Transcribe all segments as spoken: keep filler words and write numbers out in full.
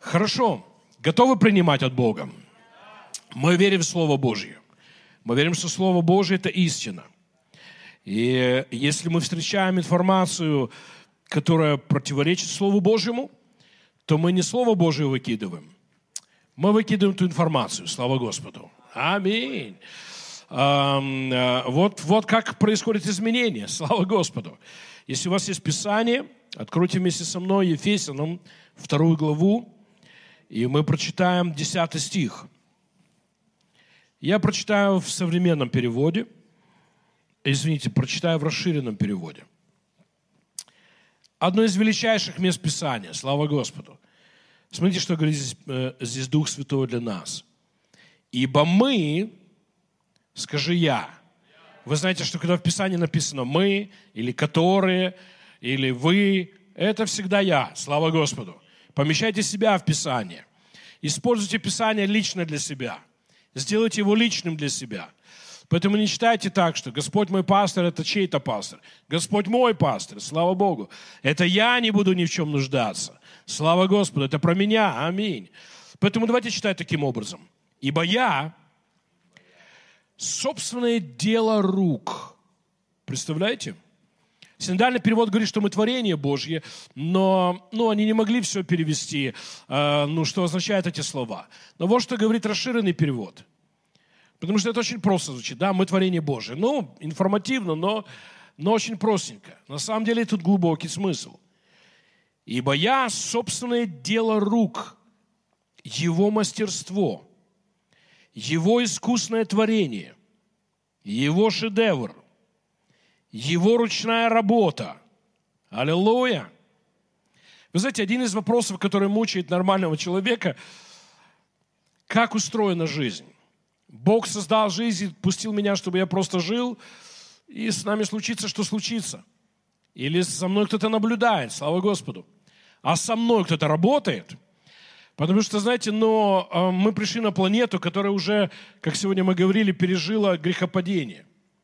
Хорошо. Готовы принимать от Бога? Мы верим в Слово Божье. Мы верим, что Слово Божье – это истина. И если мы встречаем информацию, которая противоречит Слову Божьему, то мы не Слово Божье выкидываем. Мы выкидываем ту информацию. Слава Господу. Аминь. Вот, вот как происходит изменение. Слава Господу. Если у вас есть Писание, откройте вместе со мной Ефесянам вторую главу, и мы прочитаем десятый стих. Я прочитаю в современном переводе. Извините, прочитаю в расширенном переводе. Одно из величайших мест Писания. Слава Господу. Смотрите, что говорит здесь, э, здесь Дух Святой для нас. Ибо мы, скажи я. Вы знаете, что когда в Писании написано «мы», или «которые», или «вы», это всегда я. Слава Господу. Помещайте себя в Писание. Используйте Писание лично для себя. Сделайте его личным для себя. Поэтому не читайте так, что Господь мой пастор – это чей-то пастор. Господь мой пастор, слава Богу. Это я не буду ни в чем нуждаться. Слава Господу, это про меня, аминь. Поэтому давайте читать таким образом. Ибо я – собственное дело рук. Представляете? Синодальный перевод говорит, что мы творение Божье, но ну, они не могли все перевести, э, ну, что означают эти слова. Но вот что говорит расширенный перевод. Потому что это очень просто звучит. Да, мы творение Божие. Ну, информативно, но, но очень простенько. На самом деле тут глубокий смысл. Ибо я собственное дело рук, его мастерство, его искусное творение, его шедевр, его ручная работа. Аллилуйя! Вы знаете, один из вопросов, который мучает нормального человека, как устроена жизнь? Бог создал жизнь, пустил меня, чтобы я просто жил, и с нами случится, что случится. Или со мной кто-то наблюдает, слава Господу. А со мной кто-то работает. Потому что, знаете, но э, мы пришли на планету, которая уже, как сегодня мы говорили, пережила грехопадение.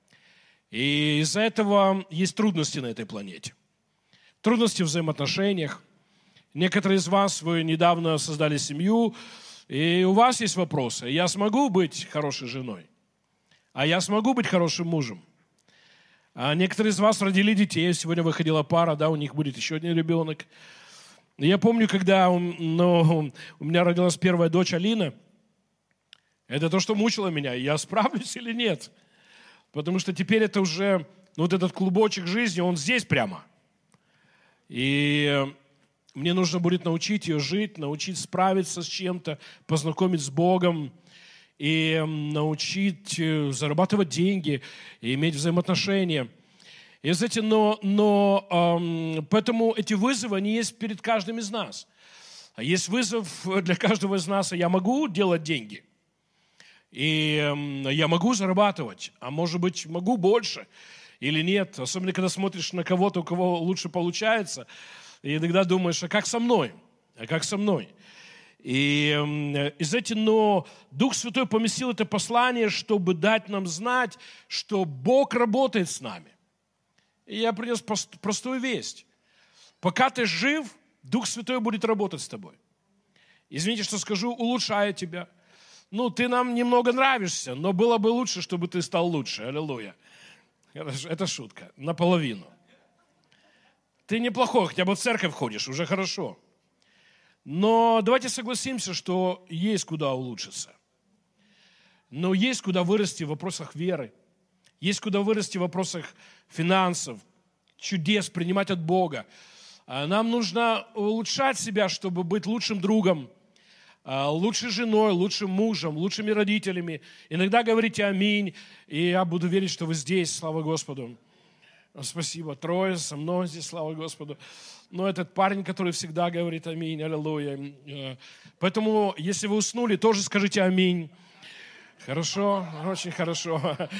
И из-за этого есть трудности на этой планете. Трудности в взаимоотношениях. Некоторые из вас, вы недавно создали семью, и у вас есть вопросы. Я смогу быть хорошей женой? А я смогу быть хорошим мужем? А некоторые из вас родили детей. Сегодня выходила пара, да, у них будет еще один ребенок. Я помню, когда ну, у меня родилась первая дочь Алина, это то, что мучило меня. Я справлюсь или нет? Потому что теперь это уже, ну, вот этот клубочек жизни, он здесь прямо. И мне нужно будет научить ее жить, научить справиться с чем-то, познакомить с Богом и научить зарабатывать деньги, и иметь взаимоотношения. И, знаете, но, но эм, поэтому эти вызовы, они есть перед каждым из нас. Есть вызов для каждого из нас, и я могу делать деньги. И эм, я могу зарабатывать, а может быть, могу больше или нет. Особенно, когда смотришь на кого-то, у кого лучше получается, и иногда думаешь, а как со мной? А как со мной? И, и знаете, но Дух Святой поместил это послание, чтобы дать нам знать, что Бог работает с нами. И я принес простую весть. Пока ты жив, Дух Святой будет работать с тобой. Извините, что скажу, улучшая тебя. Ну, ты нам немного нравишься, но было бы лучше, чтобы ты стал лучше. Аллилуйя. Это шутка. Наполовину. Ты неплохой, хотя бы в церковь ходишь, уже хорошо. Но давайте согласимся, что есть куда улучшиться. Но есть куда вырасти в вопросах веры. Есть куда вырасти в вопросах финансов, чудес, принимать от Бога. Нам нужно улучшать себя, чтобы быть лучшим другом, лучшей женой, лучшим мужем, лучшими родителями. Иногда говорите «Аминь», и я буду верить, что вы здесь, слава Господу. Спасибо, трое со мной здесь, слава Господу. Но этот парень, который всегда говорит «Аминь», аллилуйя. Поэтому, если вы уснули, тоже скажите «Аминь». Хорошо, очень хорошо.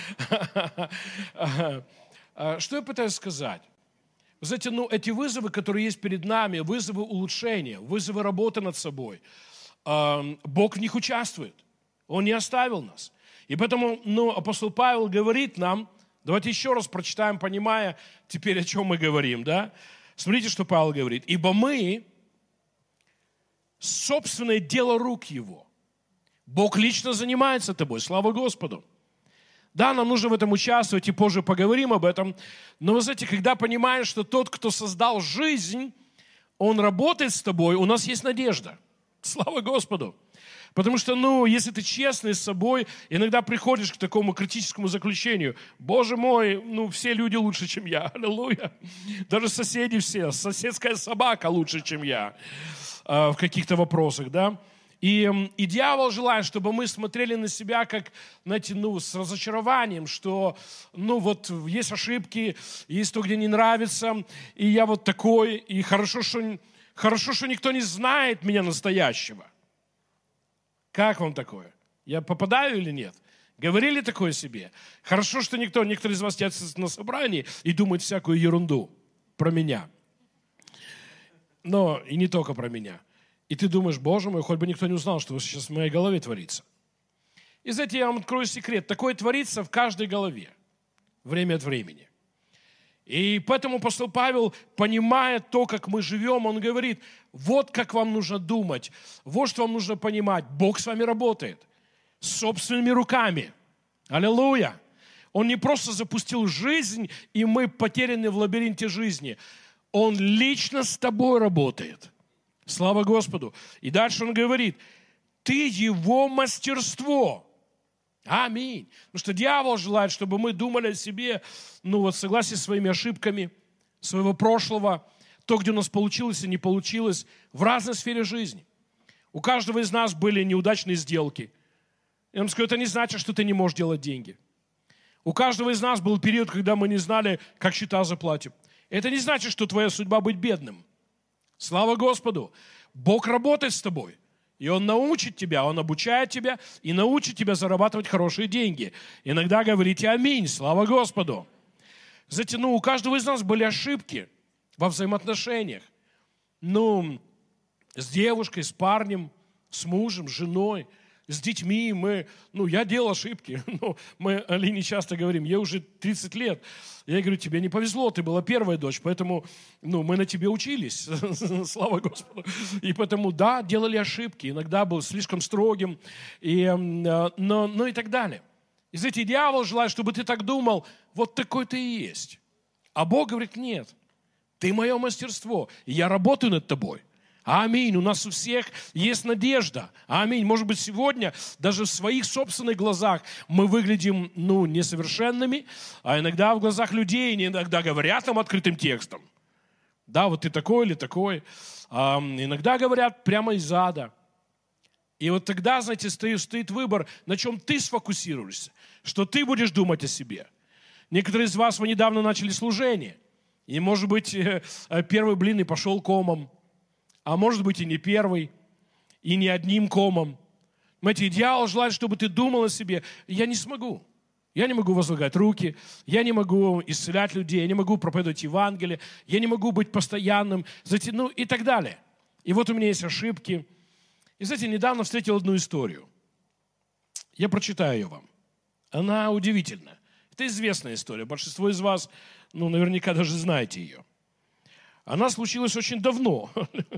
Что я пытаюсь сказать? Вы знаете, ну, эти вызовы, которые есть перед нами, вызовы улучшения, вызовы работы над собой, Бог в них участвует. Он не оставил нас. И поэтому, ну, апостол Павел говорит нам, давайте еще раз прочитаем, понимая теперь, о чем мы говорим, да? Смотрите, что Павел говорит. «Ибо мы собственное дело рук Его. Бог лично занимается тобой. Слава Господу. Да, нам нужно в этом участвовать, и позже поговорим об этом. Но вы знаете, когда понимаешь, что тот, кто создал жизнь, Он работает с тобой, у нас есть надежда. Слава Господу. Потому что, ну, если ты честный с собой, иногда приходишь к такому критическому заключению. Боже мой, ну, все люди лучше, чем я. Аллилуйя. Даже соседи все. Соседская собака лучше, чем я. Э, в каких-то вопросах, да. И, и дьявол желает, чтобы мы смотрели на себя как, знаете, ну, с разочарованием, что, ну, вот есть ошибки, есть то, где не нравится, и я вот такой, и хорошо, что, хорошо, что никто не знает меня настоящего. Как вам такое? Я попадаю или нет? Говорили такое себе? Хорошо, что никто, некоторые из вас сидят на собрании и думают всякую ерунду про меня. Но и не только про меня. И ты думаешь, Боже мой, хоть бы никто не узнал, что сейчас в моей голове творится. И знаете, я вам открою секрет. Такое творится в каждой голове. Время от времени. И поэтому апостол Павел, понимая то, как мы живем, он говорит, вот как вам нужно думать, вот что вам нужно понимать. Бог с вами работает. Собственными руками. Аллилуйя. Он не просто запустил жизнь, и мы потеряны в лабиринте жизни. Он лично с тобой работает. Слава Господу. И дальше он говорит, ты его мастерство. Аминь. Потому что дьявол желает, чтобы мы думали о себе, ну вот, в согласии с своими ошибками, своего прошлого, то, где у нас получилось и не получилось, в разной сфере жизни. У каждого из нас были неудачные сделки. Я вам скажу, это не значит, что ты не можешь делать деньги. У каждого из нас был период, когда мы не знали, как счета заплатим. Это не значит, что твоя судьба быть бедным. Слава Господу! Бог работает с тобой. И Он научит тебя, Он обучает тебя и научит тебя зарабатывать хорошие деньги. Иногда говорите аминь, слава Господу. Знаете, ну, у каждого из нас были ошибки во взаимоотношениях. Ну, с девушкой, с парнем, с мужем, с женой, с детьми. Мы, ну, я делал ошибки. Ну, мы Алине часто говорим, ей уже тридцать лет. Я говорю, тебе не повезло, ты была первая дочь, поэтому, ну, мы на тебе учились. Слава Господу. И поэтому, да, делали ошибки. Иногда был слишком строгим, и, но, но и так далее. И знаете, дьявол желает, чтобы ты так думал, вот такой ты и есть. А Бог говорит, нет, ты мое мастерство, и я работаю над тобой. Аминь. У нас у всех есть надежда. Аминь. Может быть, сегодня даже в своих собственных глазах мы выглядим, ну, несовершенными, а иногда в глазах людей, иногда говорят нам открытым текстом. Да, вот ты такой или такой. А, иногда говорят прямо из ада. И вот тогда, знаете, стоит, стоит выбор, на чем ты сфокусируешься, что ты будешь думать о себе. Некоторые из вас, вы недавно начали служение, и, может быть, первый блин и пошел комом. А может быть и не первый, и не одним комом. Знаете, дьявол желает, чтобы ты думал о себе. Я не смогу. Я не могу возлагать руки, я не могу исцелять людей, я не могу проповедовать Евангелие, я не могу быть постоянным, знаете, ну и так далее. И вот у меня есть ошибки. И, знаете, недавно встретил одну историю. Я прочитаю ее вам. Она удивительная. Это известная история. Большинство из вас, ну, наверняка даже знаете ее. Она случилась очень давно,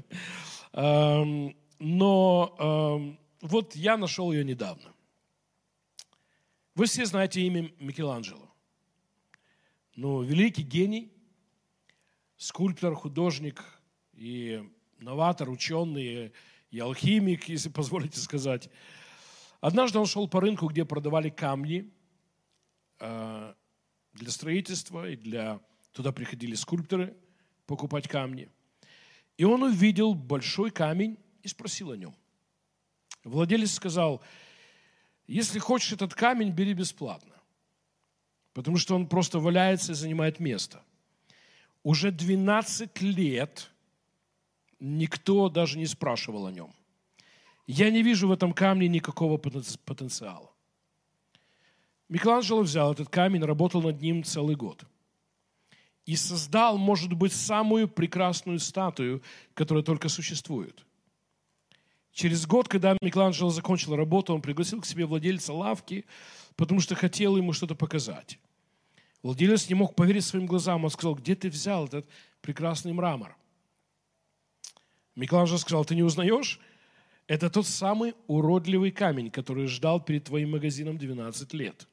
но вот я нашел ее недавно. Вы все знаете имя Микеланджело. Ну, великий гений, скульптор, художник и новатор, ученый, и алхимик, если позволите сказать. Однажды он шел по рынку, где продавали камни для строительства, и для... туда приходили скульпторы покупать камни. И он увидел большой камень и спросил о нем. Владелец сказал, если хочешь этот камень, бери бесплатно. Потому что он просто валяется и занимает место. Уже двенадцать лет никто даже не спрашивал о нем. Я не вижу в этом камне никакого потенциала. Микеланджело взял этот камень, работал над ним целый год. И создал, может быть, самую прекрасную статую, которая только существует. Через год, когда Микеланджело закончил работу, он пригласил к себе владельца лавки, потому что хотел ему что-то показать. Владелец не мог поверить своим глазам. Он сказал, где ты взял этот прекрасный мрамор? Микеланджело сказал, ты не узнаешь? Это тот самый уродливый камень, который ждал перед твоим магазином двенадцать лет.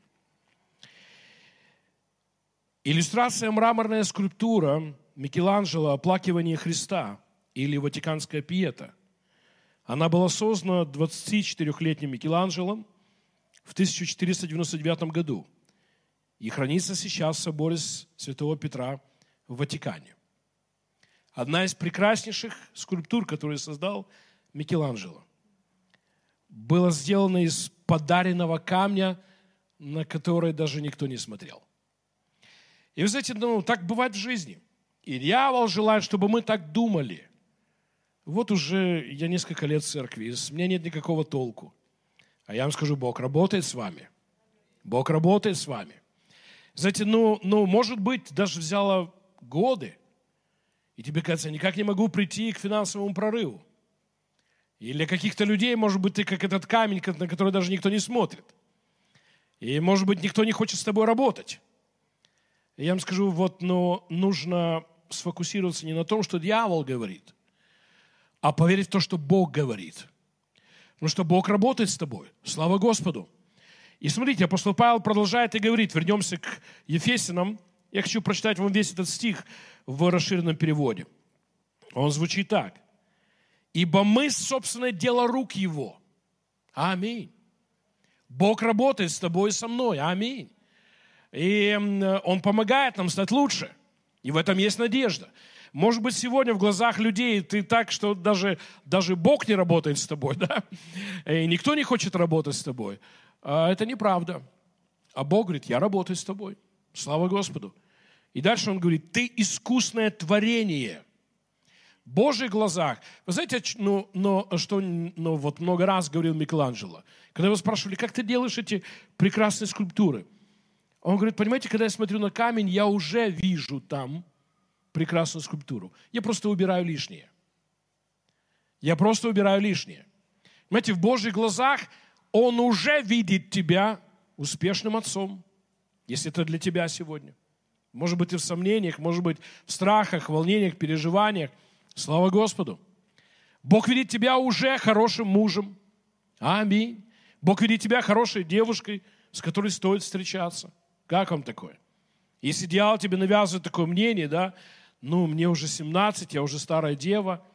Иллюстрация «Мраморная скульптура» Микеланджело «Оплакивание Христа» или «Ватиканская пиета». Она была создана двадцатичетырёхлетним Микеланджело в тысяча четыреста девяносто девятом году и хранится сейчас в соборе Святого Петра в Ватикане. Одна из прекраснейших скульптур, которую создал Микеланджело, была сделана из подаренного камня, на который даже никто не смотрел. И вы знаете, ну, так бывает в жизни. И дьявол желает, чтобы мы так думали. Вот уже я несколько лет в церкви, из меня нет никакого толку. А я вам скажу, Бог работает с вами. Бог работает с вами. Знаете, ну, ну может быть, даже взяло годы, и тебе кажется, я никак не могу прийти к финансовому прорыву. И для каких-то людей, может быть, ты как этот камень, на который даже никто не смотрит. И, может быть, никто не хочет с тобой работать. И я вам скажу, вот, но нужно сфокусироваться не на том, что дьявол говорит, а поверить в то, что Бог говорит. Потому что Бог работает с тобой. Слава Господу. И смотрите, апостол Павел продолжает и говорит, вернемся к Ефесянам. Я хочу прочитать вам весь этот стих в расширенном переводе. Он звучит так. «Ибо мы, собственное дело рук Его». Аминь. Бог работает с тобой и со мной. Аминь. И Он помогает нам стать лучше. И в этом есть надежда. Может быть, сегодня в глазах людей ты так, что даже, даже Бог не работает с тобой, да? И никто не хочет работать с тобой. А это неправда. А Бог говорит, я работаю с тобой. Слава Господу. И дальше Он говорит, ты искусное творение. В Божьих глазах. Вы знаете, ну, но, что ну, вот много раз говорил Микеланджело, когда его спрашивали, как ты делаешь эти прекрасные скульптуры? Он говорит, понимаете, когда я смотрю на камень, я уже вижу там прекрасную скульптуру. Я просто убираю лишнее. Я просто убираю лишнее. Понимаете, в Божьих глазах Он уже видит тебя успешным отцом, если это для тебя сегодня. Может быть, ты в сомнениях, может быть, в страхах, волнениях, переживаниях. Слава Господу. Бог видит тебя уже хорошим мужем. Аминь. Бог видит тебя хорошей девушкой, с которой стоит встречаться. Как вам такое? Если дьявол тебе навязывает такое мнение, да, ну, мне уже семнадцать, я уже старая дева,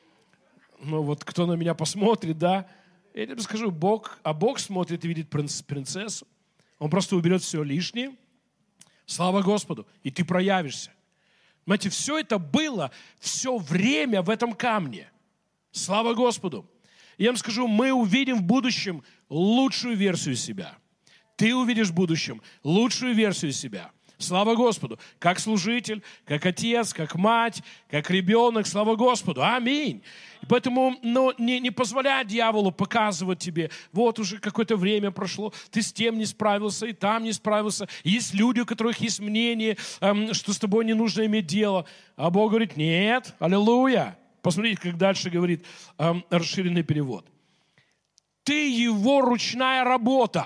ну, вот кто на меня посмотрит, да, я тебе скажу, Бог, а Бог смотрит и видит принцессу, Он просто уберет все лишнее, слава Господу, и ты проявишься. Понимаете, все это было все время в этом камне. Слава Господу. Я вам скажу, мы увидим в будущем лучшую версию себя. Ты увидишь в будущем лучшую версию себя. Слава Господу. Как служитель, как отец, как мать, как ребенок. Слава Господу. Аминь. И поэтому ну, не, не позволяй дьяволу показывать тебе, вот уже какое-то время прошло, ты с тем не справился, и там не справился. Есть люди, у которых есть мнение, эм, что с тобой не нужно иметь дело. А Бог говорит, нет, аллилуйя. Посмотрите, как дальше говорит эм, расширенный перевод. Ты его ручная работа.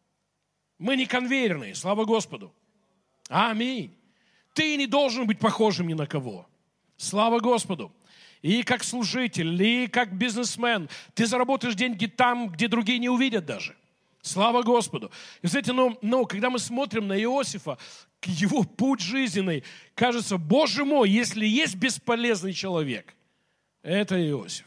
Мы не конвейерные, слава Господу. Аминь. Ты не должен быть похожим ни на кого. Слава Господу. И как служитель, и как бизнесмен. Ты заработаешь деньги там, где другие не увидят даже. Слава Господу. И знаете, ну, ну, когда мы смотрим на Иосифа, его путь жизненный, кажется, Боже мой, если есть бесполезный человек, это Иосиф.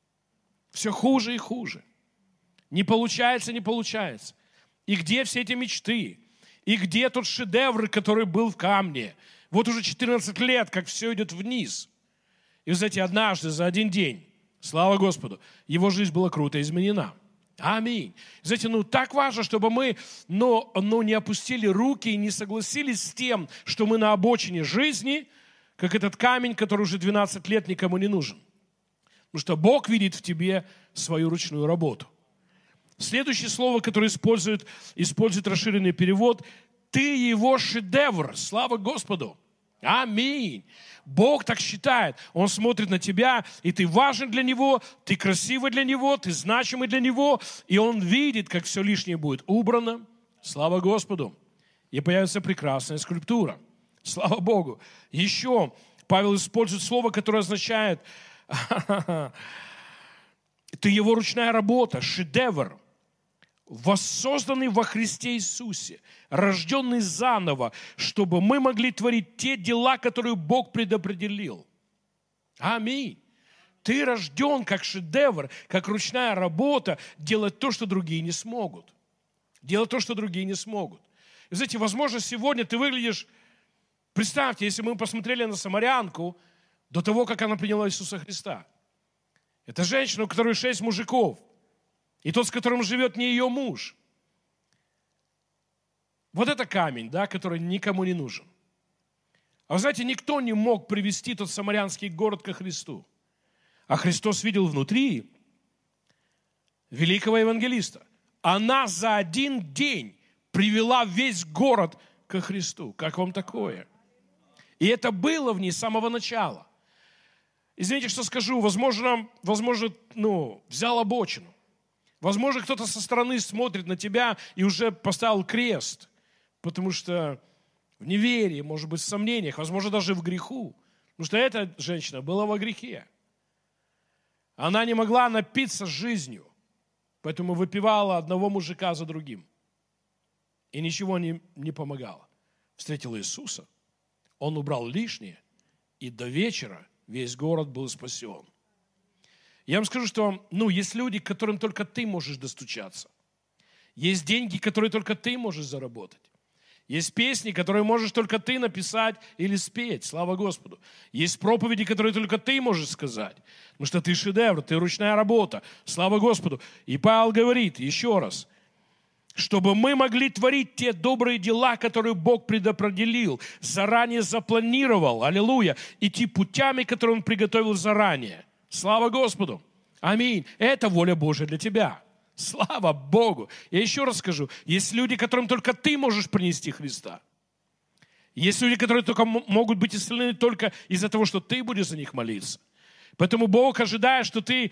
Все хуже и хуже. Не получается, не получается. И где все эти мечты? И где тот шедевр, который был в камне? Вот уже четырнадцать лет, как все идет вниз. И, вы знаете, однажды, за один день, слава Господу, его жизнь была круто изменена. Аминь. Знаете, ну так важно, чтобы мы но, но не опустили руки и не согласились с тем, что мы на обочине жизни, как этот камень, который уже двенадцать лет никому не нужен. Потому что Бог видит в тебе свою ручную работу. Следующее слово, которое использует, использует расширенный перевод, ты его шедевр. Слава Господу. Аминь. Бог так считает. Он смотрит на тебя, и ты важен для Него, ты красивый для Него, ты значимый для Него, и Он видит, как все лишнее будет убрано. Слава Господу. И появится прекрасная скульптура. Слава Богу. Еще Павел использует слово, которое означает Ты его ручная работа, шедевр, воссозданный во Христе Иисусе, рожденный заново, чтобы мы могли творить те дела, которые Бог предопределил. Аминь. Ты рожден как шедевр, как ручная работа, делать то, что другие не смогут. Делать то, что другие не смогут. И, знаете, возможно, сегодня ты выглядишь... Представьте, если мы посмотрели на самарянку до того, как она приняла Иисуса Христа. Это женщина, у которой шесть мужиков. И тот, с которым живет не ее муж. Вот это камень, да, который никому не нужен. А вы знаете, никто не мог привести тот самарянский город ко Христу. А Христос видел внутри великого евангелиста. Она за один день привела весь город ко Христу. Как вам такое? И это было в ней с самого начала. Извините, что скажу, возможно, возможно, ну, взял обочину. Возможно, кто-то со стороны смотрит на тебя и уже поставил крест, потому что в неверии, может быть, в сомнениях, возможно, даже в греху. Потому что эта женщина была во грехе. Она не могла напиться жизнью, поэтому выпивала одного мужика за другим. И ничего не, не помогало. Встретила Иисуса, Он убрал лишнее, и до вечера весь город был спасен. Я вам скажу, что ну, есть люди, к которым только ты можешь достучаться. Есть деньги, которые только ты можешь заработать. Есть песни, которые можешь только ты написать или спеть. Слава Господу. Есть проповеди, которые только ты можешь сказать. Потому что ты шедевр, ты ручная работа. Слава Господу. И Павел говорит еще раз, чтобы мы могли творить те добрые дела, которые Бог предопределил, заранее запланировал, аллилуйя, идти путями, которые Он приготовил заранее. Слава Господу. Аминь. Это воля Божья для тебя. Слава Богу. Я еще раз скажу, есть люди, которым только ты можешь принести Христа. Есть люди, которые только могут быть исцелены только из-за того, что ты будешь за них молиться. Поэтому Бог ожидает, что ты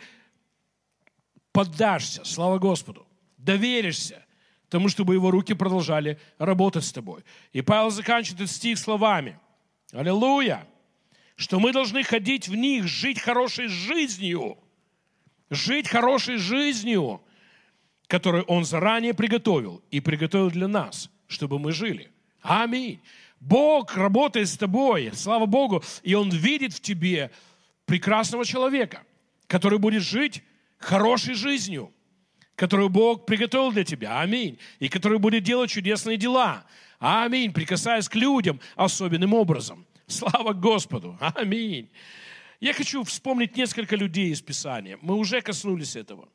поддашься, слава Господу, доверишься тому, чтобы Его руки продолжали работать с тобой. И Павел заканчивает этот стих словами. Аллилуйя. Что мы должны ходить в них, жить хорошей жизнью. Жить хорошей жизнью, которую Он заранее приготовил и приготовил для нас, чтобы мы жили. Аминь. Бог работает с тобой, слава Богу, и Он видит в тебе прекрасного человека, который будет жить хорошей жизнью, которую Бог приготовил для тебя. Аминь. И который будет делать чудесные дела. Аминь. Прикасаясь к людям особенным образом. Слава Господу. Аминь. Я хочу вспомнить несколько людей из Писания. Мы уже коснулись этого.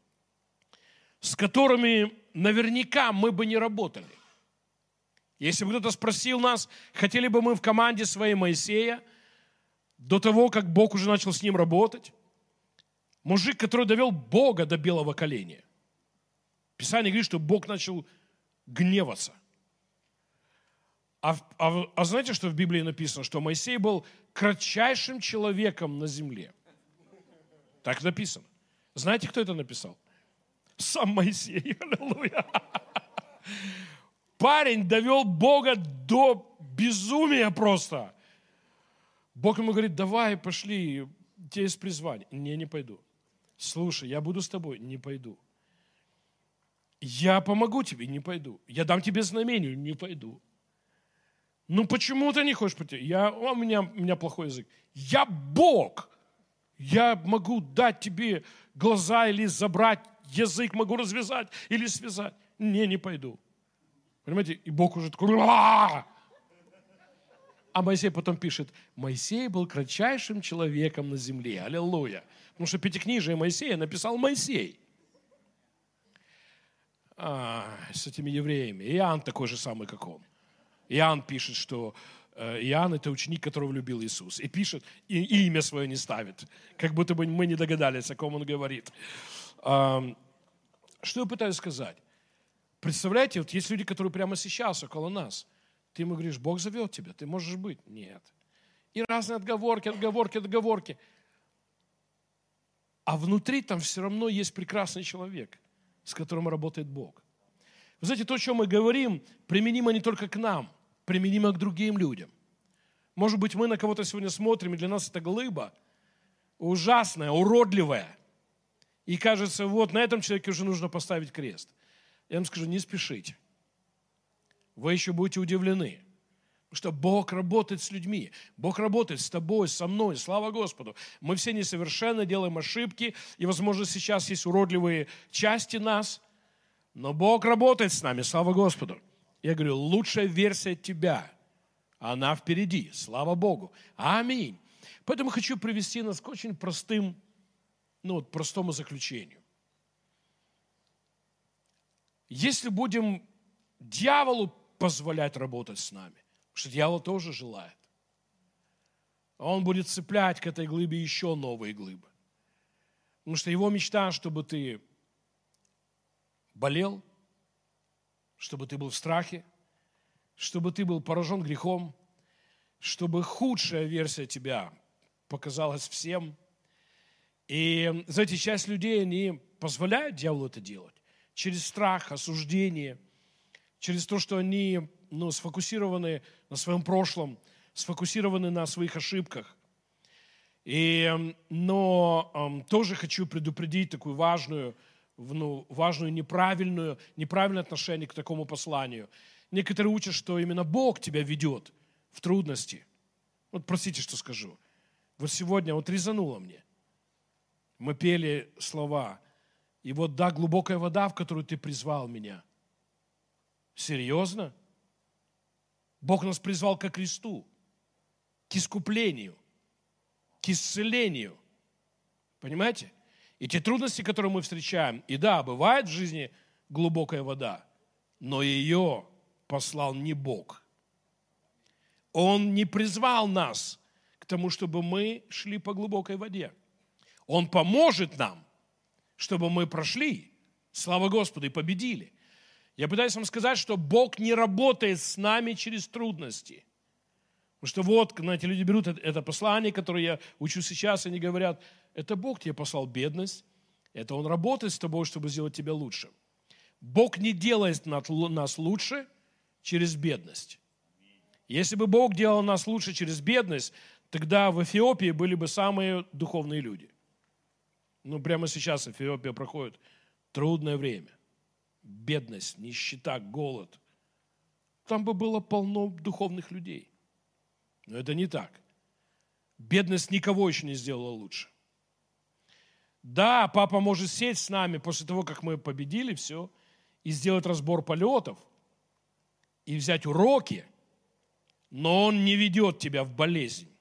С которыми наверняка мы бы не работали. Если бы кто-то спросил нас, хотели бы мы в команде своей Моисея, до того, как Бог уже начал с ним работать. Мужик, который довел Бога до белого коленя. Писание говорит, что Бог начал гневаться. А, а, а знаете, что в Библии написано? Что Моисей был кратчайшим человеком на земле. Так написано. Знаете, кто это написал? Сам Моисей. Аллилуйя. Парень довел Бога до безумия просто. Бог ему говорит, давай, пошли, у тебя есть призвание. Не, не пойду. Слушай, я буду с тобой. Не пойду. Я помогу тебе. Не пойду. Я дам тебе знамение. Не пойду. Ну, почему ты не хочешь пойти? Я, у, меня, у меня плохой язык. Я Бог. Я могу дать тебе глаза или забрать язык, могу развязать или связать. Не, не пойду. Понимаете? И Бог уже такой... А Моисей потом пишет, Моисей был кратчайшим человеком на земле. Аллилуйя. Потому что пятикнижие Моисея написал Моисей. А, с этими евреями. Иоанн такой же самый, как он. Иоанн пишет, что Иоанн – это ученик, которого любил Иисус. И пишет, и, и имя свое не ставит. Как будто бы мы не догадались, о ком он говорит. Что я пытаюсь сказать? Представляете, вот есть люди, которые прямо сейчас около нас. Ты ему говоришь, Бог зовет тебя, ты можешь быть. Нет. И разные отговорки, отговорки, отговорки. А внутри там все равно есть прекрасный человек, с которым работает Бог. Вы знаете, то, о чем мы говорим, применимо не только к нам, применимо к другим людям. Может быть, мы на кого-то сегодня смотрим, и для нас это глыба ужасная, уродливая. И кажется, вот на этом человеке уже нужно поставить крест. Я вам скажу, не спешите. Вы еще будете удивлены. Потому что Бог работает с людьми. Бог работает с тобой, со мной. Слава Господу. Мы все несовершенны, делаем ошибки. И, возможно, сейчас есть уродливые части нас. Но Бог работает с нами. Слава Господу. Я говорю, лучшая версия тебя. Она впереди. Слава Богу. Аминь. Поэтому хочу привести нас к очень простым, ну, вот, простому заключению. Если будем дьяволу позволять работать с нами, потому что дьявол тоже желает, он будет цеплять к этой глыбе еще новые глыбы. Потому что его мечта, чтобы ты болел, чтобы ты был в страхе, чтобы ты был поражен грехом, чтобы худшая версия тебя показалась всем. И, знаете, часть людей, они позволяют дьяволу это делать через страх, осуждение, через то, что они, ну, сфокусированы на своем прошлом, сфокусированы на своих ошибках. И, но э, тоже хочу предупредить такую важную, ну, важную неправильную, неправильное отношение к такому посланию. Некоторые учат, что именно Бог тебя ведет в трудности. Вот простите, что скажу. Вот сегодня вот резануло мне. Мы пели слова. И вот да, глубокая вода, в которую ты призвал меня. Серьезно? Бог нас призвал ко кресту, к искуплению, к исцелению. Понимаете? И те трудности, которые мы встречаем, и да, бывает в жизни глубокая вода, но ее послал не Бог. Он не призвал нас к тому, чтобы мы шли по глубокой воде. Он поможет нам, чтобы мы прошли, слава Господу, и победили. Я пытаюсь вам сказать, что Бог не работает с нами через трудности. Потому что вот, знаете, люди берут это послание, которое я учу сейчас, и они говорят, это Бог тебе послал бедность, это Он работает с тобой, чтобы сделать тебя лучше. Бог не делает нас лучше через бедность. Если бы Бог делал нас лучше через бедность, тогда в Эфиопии были бы самые духовные люди. Ну, прямо сейчас Эфиопия проходит трудное время. Бедность, нищета, голод. Там бы было полно духовных людей. Но это не так. Бедность никого еще не сделала лучше. Да, папа может сесть с нами после того, как мы победили все, и сделать разбор полетов, и взять уроки, но он не ведет тебя в болезнь.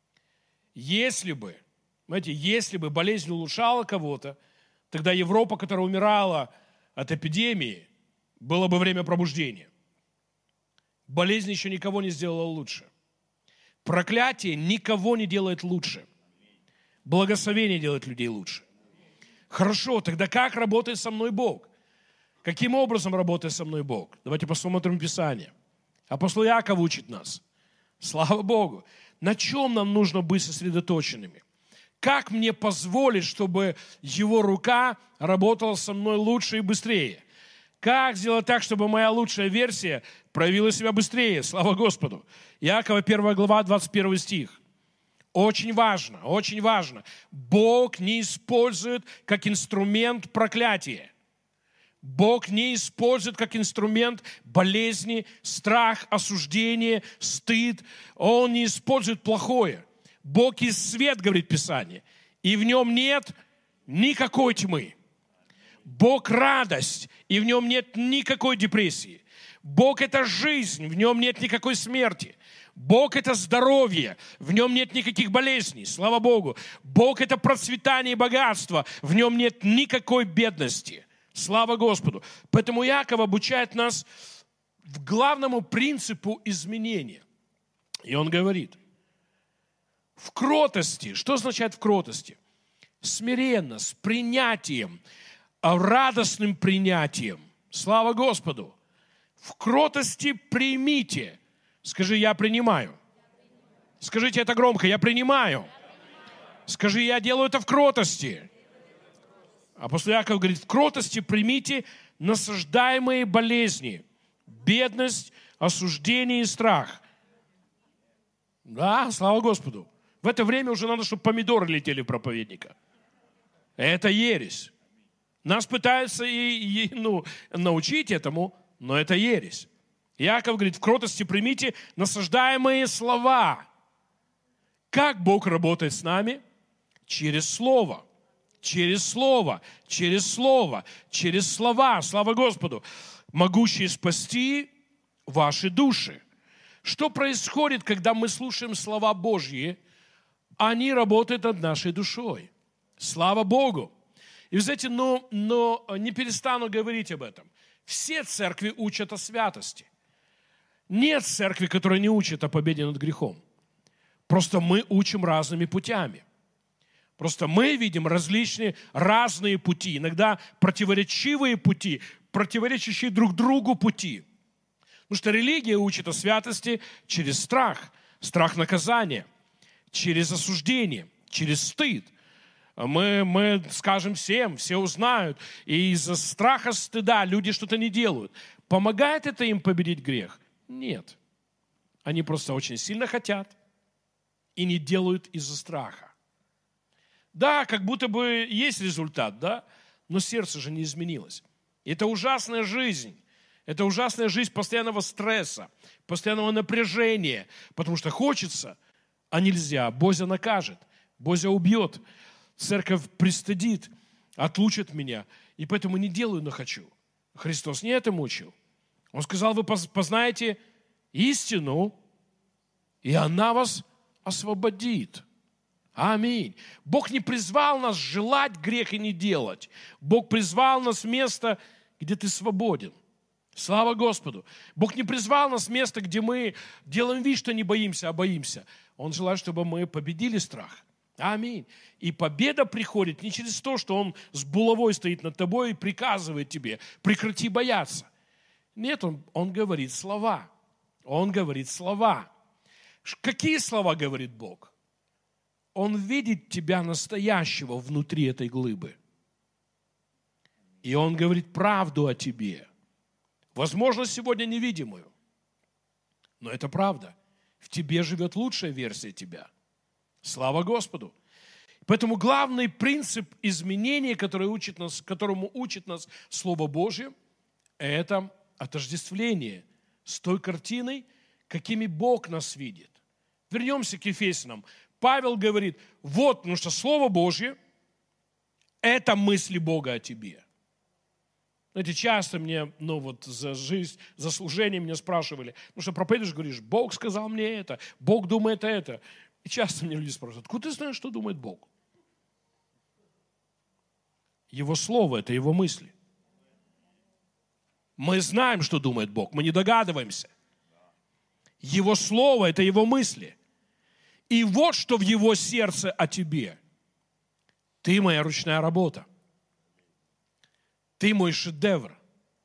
Если бы, знаете, если бы болезнь улучшала кого-то, тогда Европа, которая умирала от эпидемии, было бы время пробуждения. Болезнь еще никого не сделала лучше. Проклятие никого не делает лучше. Благословение делает людей лучше. Хорошо, тогда как работает со мной Бог? Каким образом работает со мной Бог? Давайте посмотрим Писание. Апостол Иаков учит нас. Слава Богу. На чем нам нужно быть сосредоточенными? Как мне позволить, чтобы Его рука работала со мной лучше и быстрее? Как сделать так, чтобы моя лучшая версия проявила себя быстрее? Слава Господу. Иакова первая глава, двадцать первый стих. Очень важно, очень важно. Бог не использует как инструмент проклятия. Бог не использует как инструмент болезни, страх, осуждение, стыд. Он не использует плохое. Бог есть свет, говорит Писание, и в нем нет никакой тьмы. Бог радость, и в нем нет никакой депрессии. Бог это жизнь, в нем нет никакой смерти. Бог это здоровье, в нем нет никаких болезней, слава Богу. Бог это процветание и богатство, в нем нет никакой бедности. Слава Господу. Поэтому Иаков обучает нас в главному принципу изменения. И он говорит, в кротости, что означает в кротости? Смиренно, с принятием, радостным принятием. Слава Господу. В кротости примите. Скажи, я принимаю. Скажите это громко, я принимаю. Скажи, я делаю это в кротости. Апостол Иаков говорит, в кротости примите насаждаемые болезни, бедность, осуждение и страх. Да, слава Господу. В это время уже надо, чтобы помидоры летели в проповедника. Это ересь. Нас пытаются и, и, ну, научить этому, но это ересь. Иаков говорит, в кротости примите насаждаемые слова. Как Бог работает с нами? Через Слово. Через Слово. Через Слово. Через слова. Слава Господу. Могущие спасти ваши души. Что происходит, когда мы слушаем слова Божьи? Они работают над нашей душой. Слава Богу. И, вы знаете, но, но не перестану говорить об этом. Все церкви учат о святости. Нет церкви, которая не учит о победе над грехом. Просто мы учим разными путями. Просто мы видим различные, разные пути. Иногда противоречивые пути, противоречащие друг другу пути. Потому что религия учит о святости через страх. Страх наказания. Через осуждение. Через стыд. Мы, мы скажем всем, все узнают. И из-за страха, стыда люди что-то не делают. Помогает это им победить грех? Нет. Они просто очень сильно хотят и не делают из-за страха. Да, как будто бы есть результат, да, но сердце же не изменилось. Это ужасная жизнь. Это ужасная жизнь постоянного стресса, постоянного напряжения, потому что хочется, а нельзя. Бозя накажет, Бозя убьет. Церковь пристыдит, отлучит меня, и поэтому не делаю, но хочу. Христос не этому учил. Он сказал, вы познаете истину, и она вас освободит. Аминь. Бог не призвал нас желать грех и не делать. Бог призвал нас в место, где ты свободен. Слава Господу. Бог не призвал нас в место, где мы делаем вид, что не боимся, а боимся. Он желает, чтобы мы победили страх. Аминь. И победа приходит не через то, что Он с булавой стоит над тобой и приказывает тебе, прекрати бояться. Нет, Он, он говорит слова. Он говорит слова. Какие слова говорит Бог? Он видит тебя настоящего внутри этой глыбы. И Он говорит правду о тебе. Возможно, сегодня невидимую. Но это правда. В тебе живет лучшая версия тебя. Слава Господу. Поэтому главный принцип изменения, который учит нас, которому учит нас Слово Божье, это отождествление с той картиной, какими Бог нас видит. Вернемся к Ефесянам. Павел говорит, вот, потому что Слово Божье – это мысли Бога о тебе. Знаете, часто мне, ну вот за жизнь, за служение меня спрашивали, ну что проповедуешь, говоришь, Бог сказал мне это, Бог думает это. И часто мне люди спрашивают, откуда ты знаешь, что думает Бог? Его Слово – это Его мысли. Мы знаем, что думает Бог, мы не догадываемся. Его Слово – это Его мысли. И вот что в Его сердце о тебе. Ты моя ручная работа. Ты мой шедевр.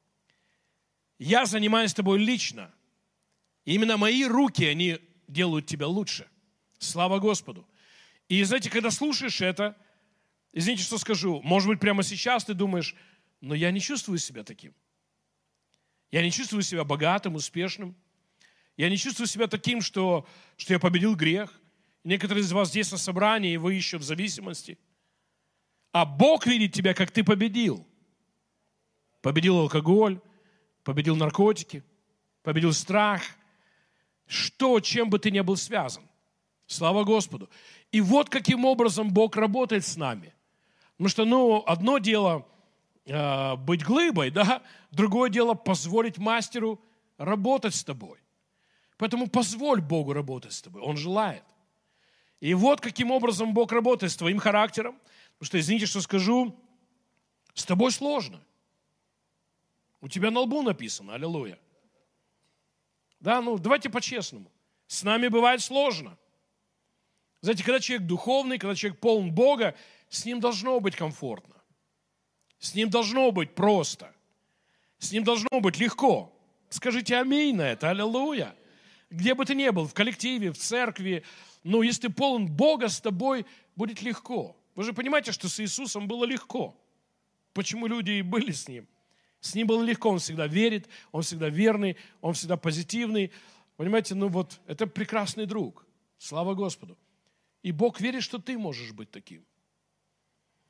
Я занимаюсь тобой лично. И именно мои руки, они делают тебя лучше. Слава Господу. И знаете, когда слушаешь это, извините, что скажу, может быть, прямо сейчас ты думаешь, но я не чувствую себя таким. Я не чувствую себя богатым, успешным. Я не чувствую себя таким, что, что я победил грех. Некоторые из вас здесь на собрании, и вы еще в зависимости. А Бог видит тебя, как ты победил. Победил алкоголь, победил наркотики, победил страх. Что, чем бы ты ни был связан. Слава Господу. И вот каким образом Бог работает с нами. Потому что, ну, одно дело э, быть глыбой, да, другое дело позволить мастеру работать с тобой. Поэтому позволь Богу работать с тобой. Он желает. И вот каким образом Бог работает с твоим характером. Потому что, извините, что скажу, с тобой сложно. У тебя на лбу написано, аллилуйя. Да, ну, давайте по-честному. С нами бывает сложно. Знаете, когда человек духовный, когда человек полон Бога, с ним должно быть комфортно. С ним должно быть просто. С ним должно быть легко. Скажите аминь на это, аллилуйя. Где бы ты ни был, в коллективе, в церкви, ну, если ты полон Бога, с тобой будет легко. Вы же понимаете, что с Иисусом было легко. Почему люди и были с Ним? С Ним было легко, Он всегда верит, Он всегда верный, Он всегда позитивный. Понимаете, ну вот, это прекрасный друг. Слава Господу. И Бог верит, что ты можешь быть таким.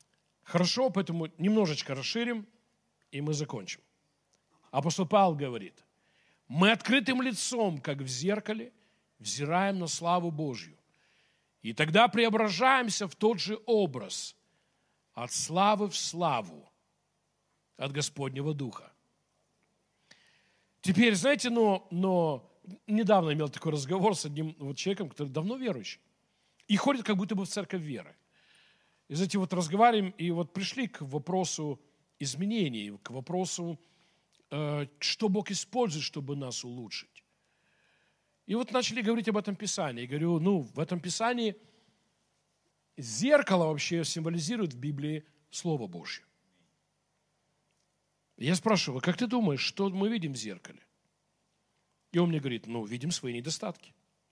Хорошо, поэтому немножечко расширим, и мы закончим. Апостол Павел говорит, мы открытым лицом, как в зеркале, взираем на славу Божью. И тогда преображаемся в тот же образ, от славы в славу, от Господнего Духа. Теперь, знаете, но, но недавно имел такой разговор с одним вот человеком, который давно верующий, и ходит как будто бы в церковь веры. И, знаете, вот разговариваем, и вот пришли к вопросу изменений, к вопросу, э, что Бог использует, чтобы нас улучшить. И вот начали говорить об этом Писании. Я говорю, ну, в этом Писании зеркало вообще символизирует в Библии Слово Божье. Я спрашиваю, как ты думаешь, что мы видим в зеркале? И он мне говорит, ну, видим свои недостатки.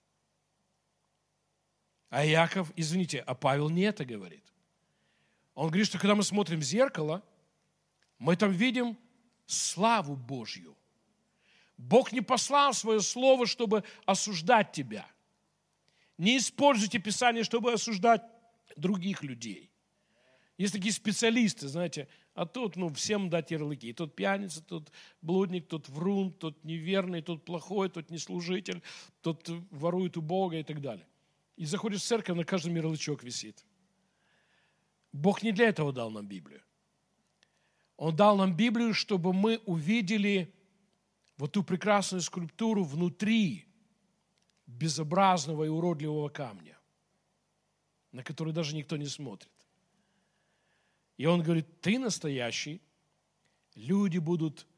А Иаков, извините, а Павел не это говорит. Он говорит, что когда мы смотрим в зеркало, мы там видим славу Божью. Бог не послал свое слово, чтобы осуждать тебя. Не используйте Писание, чтобы осуждать других людей. Есть такие специалисты, знаете, а тут, ну, всем дать ярлыки. Тот пьяница, тот блудник, тот врун, тот неверный, тот плохой, тот неслужитель, тот ворует у Бога и так далее. И заходишь в церковь, на каждом ярлычок висит. Бог не для этого дал нам Библию. Он дал нам Библию, чтобы мы увидели вот ту прекрасную скульптуру внутри безобразного и уродливого камня, на который даже никто не смотрит. И он говорит, ты настоящий, люди будут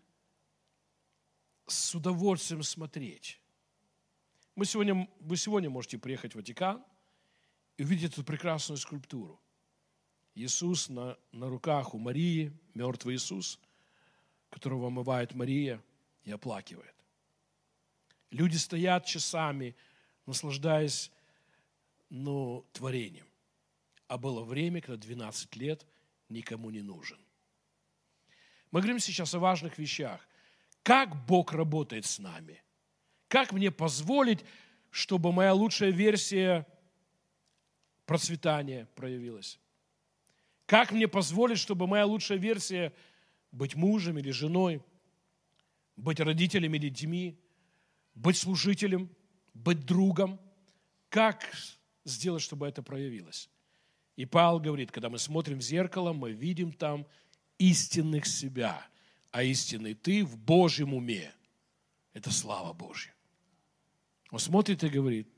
с удовольствием смотреть. Мы сегодня, вы сегодня можете приехать в Ватикан и увидеть эту прекрасную скульптуру. Иисус на, на руках у Марии, мертвый Иисус, которого омывает Мария и оплакивает. Люди стоят часами, наслаждаясь, ну, творением. А было время, когда двенадцать лет никому не нужен. Мы говорим сейчас о важных вещах. Как Бог работает с нами? Как мне позволить, чтобы моя лучшая версия процветания проявилась? Как мне позволить, чтобы моя лучшая версия быть мужем или женой, быть родителем или детьми, быть служителем, быть другом? Как сделать, чтобы это проявилось? И Павел говорит, когда мы смотрим в зеркало, мы видим там истинных себя, а истинный ты в Божьем уме. Это слава Божья. Он смотрит и говорит,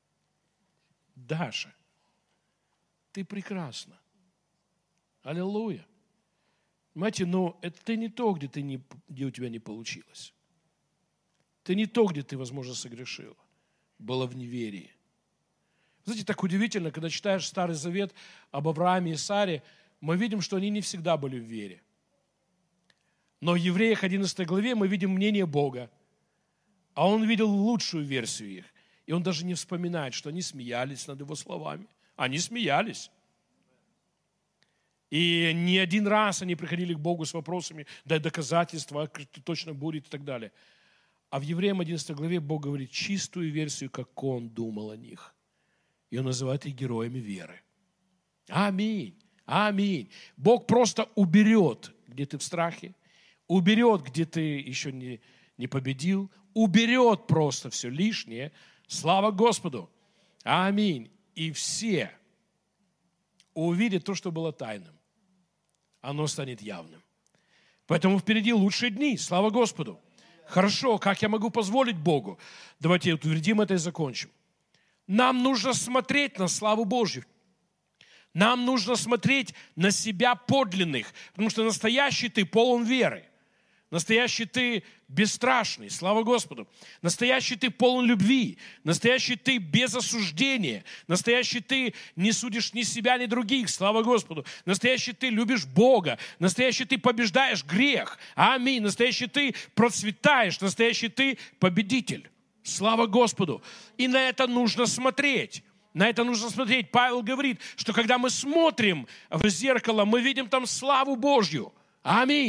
Даша, ты прекрасна. Аллилуйя. Понимаете, но это не то, где, ты не, где у тебя не получилось. Это не то, где ты, возможно, согрешила. Было в неверии. Знаете, так удивительно, когда читаешь Старый Завет об Аврааме и Саре, мы видим, что они не всегда были в вере. Но в Евреях одиннадцатой главе мы видим мнение Бога, а он видел лучшую версию их. И он даже не вспоминает, что они смеялись над его словами. Они смеялись. И не один раз они приходили к Богу с вопросами, дай доказательства, кто точно будет и так далее. А в Евреям одиннадцатой главе Бог говорит чистую версию, как он думал о них. И он называет их героями веры. Аминь. Аминь. Бог просто уберет, где ты в страхе, уберет, где ты еще не, не победил, уберет просто все лишнее. Слава Господу. Аминь. И все увидят то, что было тайным. Оно станет явным. Поэтому впереди лучшие дни. Слава Господу. Хорошо, как я могу позволить Богу? Давайте утвердим это и закончим. Нам нужно смотреть на славу Божью. Нам нужно смотреть на себя подлинных, потому что настоящий ты полон веры. Настоящий ты бесстрашный, слава Господу. Настоящий ты полон любви. Настоящий ты без осуждения. Настоящий ты не судишь ни себя, ни других, слава Господу. Настоящий ты любишь Бога. Настоящий ты побеждаешь грех. Аминь. Настоящий ты процветаешь. Настоящий ты победитель. Слава Господу. И на это нужно смотреть. На это нужно смотреть. Павел говорит, что когда мы смотрим в зеркало, мы видим там славу Божью. Аминь.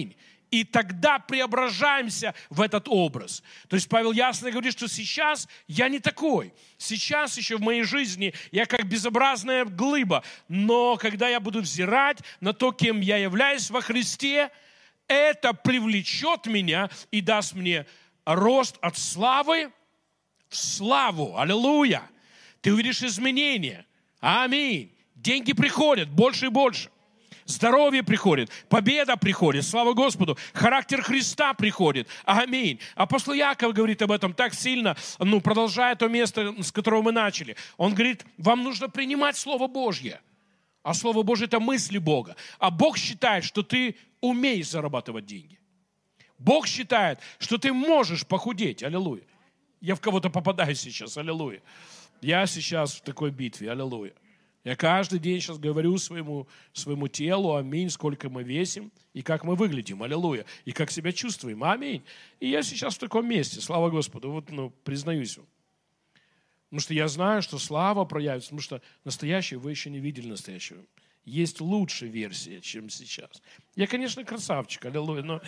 И тогда преображаемся в этот образ. То есть Павел ясно говорит, что сейчас я не такой. Сейчас еще в моей жизни я как безобразная глыба. Но когда я буду взирать на то, кем я являюсь во Христе, это привлечет меня и даст мне рост от славы в славу. Аллилуйя! Ты увидишь изменения. Аминь. Деньги приходят больше и больше. Здоровье приходит, победа приходит, слава Господу, характер Христа приходит. Аминь. Апостол Яков говорит об этом так сильно, ну, продолжая то место, с которого мы начали. Он говорит, вам нужно принимать Слово Божье. А Слово Божье – это мысли Бога. А Бог считает, что ты умеешь зарабатывать деньги. Бог считает, что ты можешь похудеть. Аллилуйя. Я в кого-то попадаю сейчас. Аллилуйя. Я сейчас в такой битве. Аллилуйя. Я каждый день сейчас говорю своему, своему телу, аминь, сколько мы весим и как мы выглядим, аллилуйя, и как себя чувствуем, аминь. И я сейчас в таком месте, слава Господу, вот, ну, признаюсь вам. Потому что я знаю, что слава проявится, потому что настоящее вы еще не видели настоящего. Есть лучшая версия, чем сейчас. Я, конечно, красавчик, аллилуйя, но...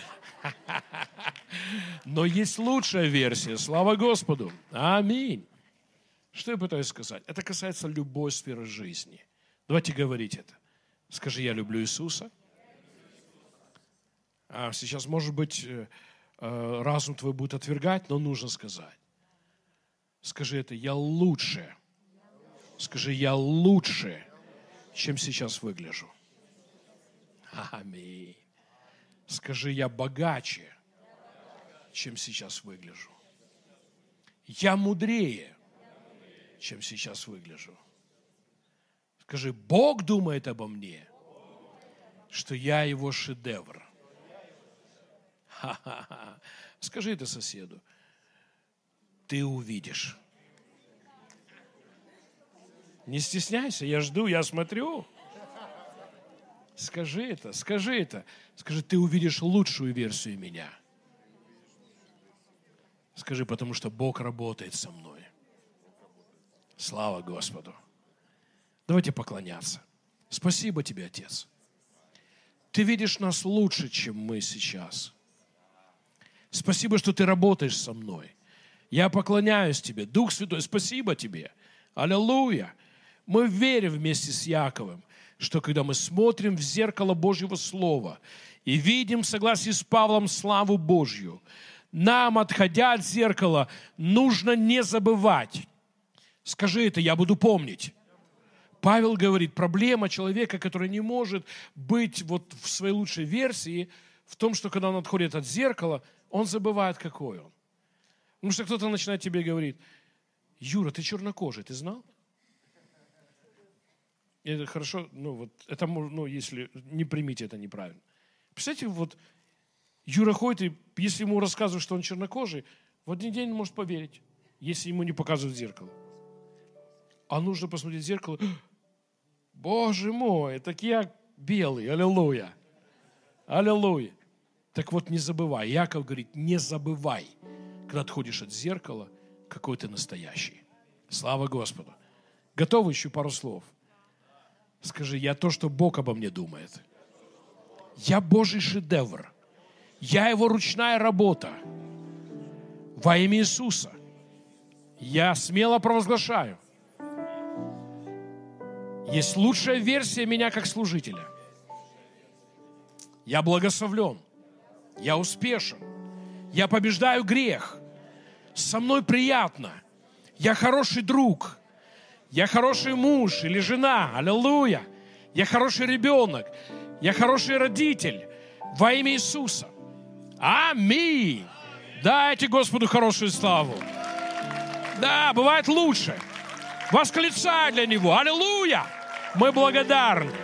но есть лучшая версия, слава Господу, аминь. Что я пытаюсь сказать? Это касается любой сферы жизни. Давайте говорить это. Скажи, я люблю Иисуса. А сейчас, может быть, разум твой будет отвергать, но нужно сказать. Скажи это, я лучше. Скажи, я лучше, чем сейчас выгляжу. Аминь. Скажи, я богаче, чем сейчас выгляжу. Я мудрее, чем сейчас выгляжу. Скажи, Бог думает обо мне, что я его шедевр. Ха-ха-ха. Скажи это соседу. Ты увидишь. Не стесняйся, я жду, я смотрю. Скажи это, скажи это. Скажи, ты увидишь лучшую версию меня. Скажи, потому что Бог работает со мной. Слава Господу. Давайте поклоняться. Спасибо тебе, Отец. Ты видишь нас лучше, чем мы сейчас. Спасибо, что ты работаешь со мной. Я поклоняюсь тебе. Дух Святой, спасибо тебе. Аллилуйя. Мы верим вместе с Яковом, что когда мы смотрим в зеркало Божьего Слова и видим в согласии с Павлом славу Божью, нам, отходя от зеркала, нужно не забывать. Скажи это, я буду помнить. Павел говорит, проблема человека, который не может быть вот в своей лучшей версии, в том, что когда он отходит от зеркала, он забывает, какой он. Потому что кто-то начинает тебе говорить, Юра, ты чернокожий, ты знал? И это хорошо, ну вот, это, ну, если, не примите это неправильно. Представляете, вот, Юра ходит, и если ему рассказывают, что он чернокожий, в один день он может поверить, если ему не показывают зеркало. А нужно посмотреть в зеркало. Боже мой, так я белый. Аллилуйя. Аллилуйя. Так вот, не забывай. Яков говорит, не забывай, когда отходишь от зеркала, какой ты настоящий. Слава Господу. Готовы еще пару слов? Скажи, я то, что Бог обо мне думает. Я Божий шедевр. Я его ручная работа. Во имя Иисуса. Я смело провозглашаю. Есть лучшая версия меня как служителя. Я благословлен. Я успешен. Я побеждаю грех. Со мной приятно. Я хороший друг. Я хороший муж или жена. Аллилуйя. Я хороший ребенок. Я хороший родитель. Во имя Иисуса. Аминь. Дайте Господу хорошую славу. Да, бывает лучше. Восклицай для Него. Аллилуйя! Мы благодарны.